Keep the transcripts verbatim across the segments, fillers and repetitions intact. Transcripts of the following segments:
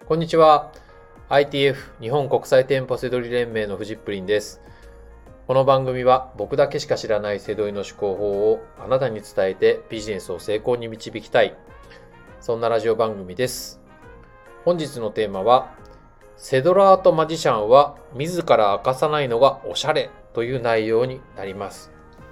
こんにちは。アイティーエフ 日本国際店舗セドリ連盟のフジップリンです。この番組は僕だけしか知らないセドリの思考法をあなたに伝えてビジネスを成功に導きたい。そんなラジオ番組です。本日のテーマは、セドラーとマジシャンは自ら明かさないのがおしゃれという内容になります。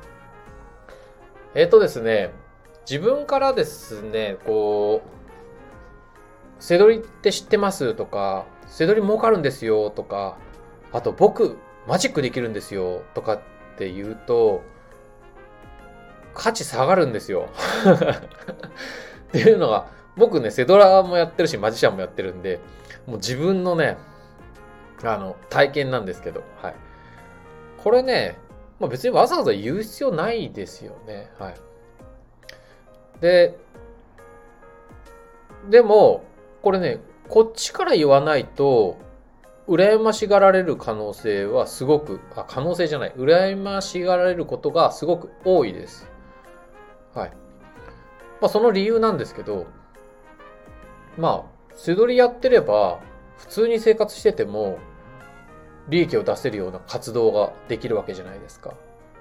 えっとですね、自分からですね、こう、セドリって知ってますとか、セドリ儲かるんですよとか、あと僕マジックできるんですよとかって言うと、価値下がるんですよ。っていうのが、僕ね、セドラもやってるし、マジシャンもやってるんで、もう自分のね、あの、体験なんですけど、はい。これね、まあ、別にわざわざ言う必要ないですよね。はい。で、でも、これね、こっちから言わないと、羨ましがられる可能性はすごく、あ、可能性じゃない、羨ましがられることがすごく多いです。はい。まあ、その理由なんですけど、まあ、背取りやってれば、普通に生活してても、利益を出せるような活動ができるわけじゃないですか。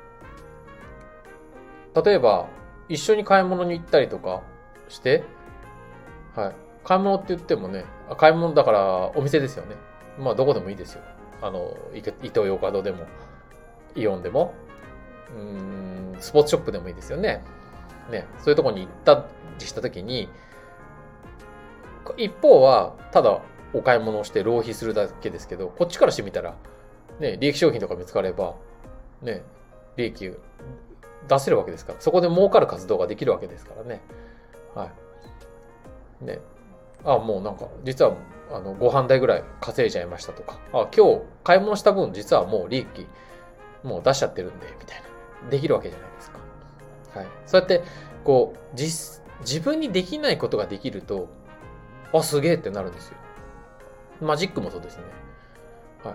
例えば、一緒に買い物に行ったりとかして、はい。買い物って言ってもね、買い物だからお店ですよね。まあどこでもいいですよ。あの、イトーヨーカドーでも、イオンでも、うーん、スポーツショップでもいいですよね。ね、そういうとこに行ったりしたときに、一方はただお買い物をして浪費するだけですけど、こっちからしてみたら、ね、利益商品とか見つかれば、ね、利益出せるわけですから、そこで儲かる活動ができるわけですからね。はい。ね。あ、もうなんか、実は、あの、ご飯代ぐらい稼いじゃいましたとか、あ、今日買い物した分、実はもう利益、もう出しちゃってるんで、みたいな。できるわけじゃないですか。はい。そうやって、こう、実、自分にできないことができると、あ、すげえってなるんですよ。マジックもそうですね。はい。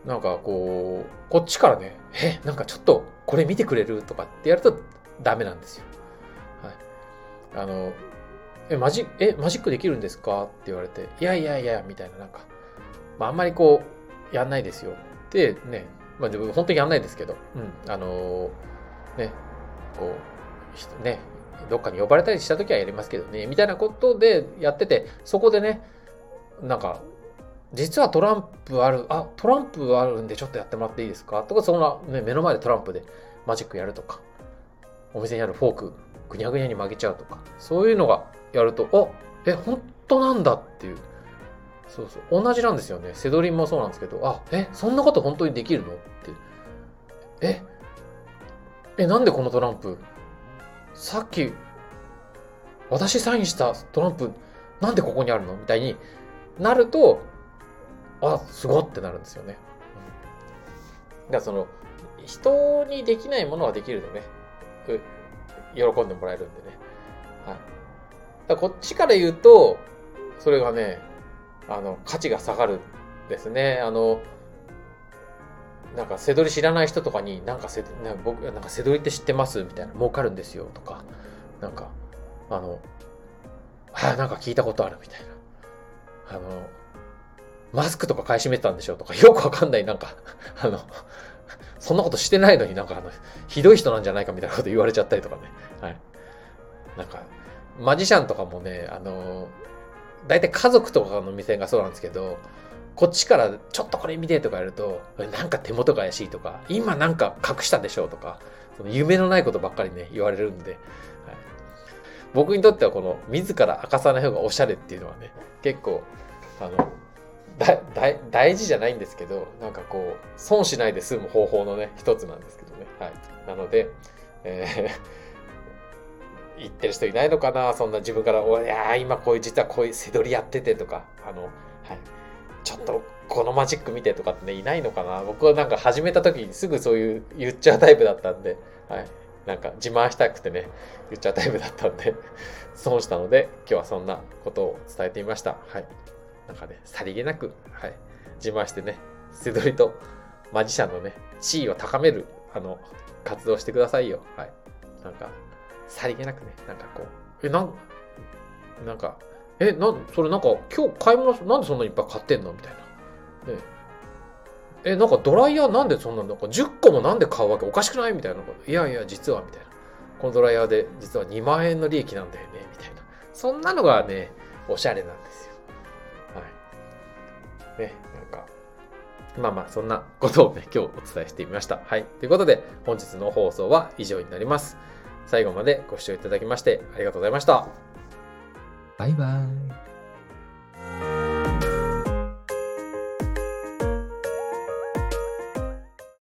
なんかこう、こっちからね、え、なんかちょっとこれ見てくれるとかってやるとダメなんですよ。はい。あの、え、マジ、え、マジックできるんですかって言われて、いやいやいや、みたいな、なんか、まあ、あんまりこう、やんないですよ。で、ね、まあ、でも本当にやんないですけど、うん、あのーね、こう、ね、どっかに呼ばれたりした時はやりますけどね、みたいなことでやってて、そこでね、なんか、実はトランプある、あ、トランプあるんでちょっとやってもらっていいですかとか、そんな、ね、目の前でトランプでマジックやるとか、お店にあるフォーク、ぐにゃぐにゃに曲げちゃうとか、そういうのがやると、あ、え、本当なんだっていう。そうそう。同じなんですよね。セドリンもそうなんですけど、あ、え、そんなこと本当にできるのって。え、え、なんでこのトランプ、さっき私サインしたトランプ、なんでここにあるのみたいになると、あ、すごってなるんですよね。だからその、人にできないものはできるとね、喜んでもらえるんでね。はい。だからこっちから言うと、それがね、あの、価値が下がるですね。あの、なんか、セドリ知らない人とかに、なんかセ、なんか僕、なんかセドリって知ってますみたいな、儲かるんですよとか、なんか、あの、あ、なんか聞いたことあるみたいな。あの、マスクとか買い占めてたんでしょとか、よくわかんない、なんか、あの、そんなことしてないのになんかあの、ひどい人なんじゃないかみたいなこと言われちゃったりとかね。はい。なんか、マジシャンとかもね、あの、大体家族とかの店がそうなんですけど、こっちからちょっとこれ見てとかやると、なんか手元が怪しいとか、今なんか隠したでしょとか、その夢のないことばっかりね、言われるんで、はい、僕にとってはこの自ら明かさない方がおしゃれっていうのはね、結構、あの、だだ大事じゃないんですけど、なんかこう、損しないで済む方法のね、一つなんですけどね。はい。なので、えー、言ってる人いないのかなそんな自分から、おいや今こういう、実はこういう背取りやっててとか、あの、はい。ちょっとこのマジック見てとかってね、いないのかな僕はなんか始めた時にすぐそういう言っちゃうタイプだったんで、はい。なんか自慢したくてね、言っちゃうタイプだったんで、損したので、今日はそんなことを伝えてみました。はい。なんかね、さりげなく、はい。自慢してね、セドリとマジシャンのね、地位を高める、あの、活動してくださいよ。はい。なんか、さりげなくね、なんかこう、え、なん、なんか、 え、なん、それなんか今日買い物、なんでそんなにいっぱい買ってんのみたいな。ね、え、なんかドライヤーなんでそんな、なんかじゅっこもなんで買うわけおかしくないみたいなこと。いやいや、実は、みたいな。このドライヤーで実はにまんえんの利益なんだよね、みたいな。そんなのがね、おしゃれなんですよ。はい。ね、なんか、まあまあ、そんなことをね、今日お伝えしてみました。はい。ということで、本日の放送は以上になります。最後までご視聴いただきましてありがとうございました。 バイバイ。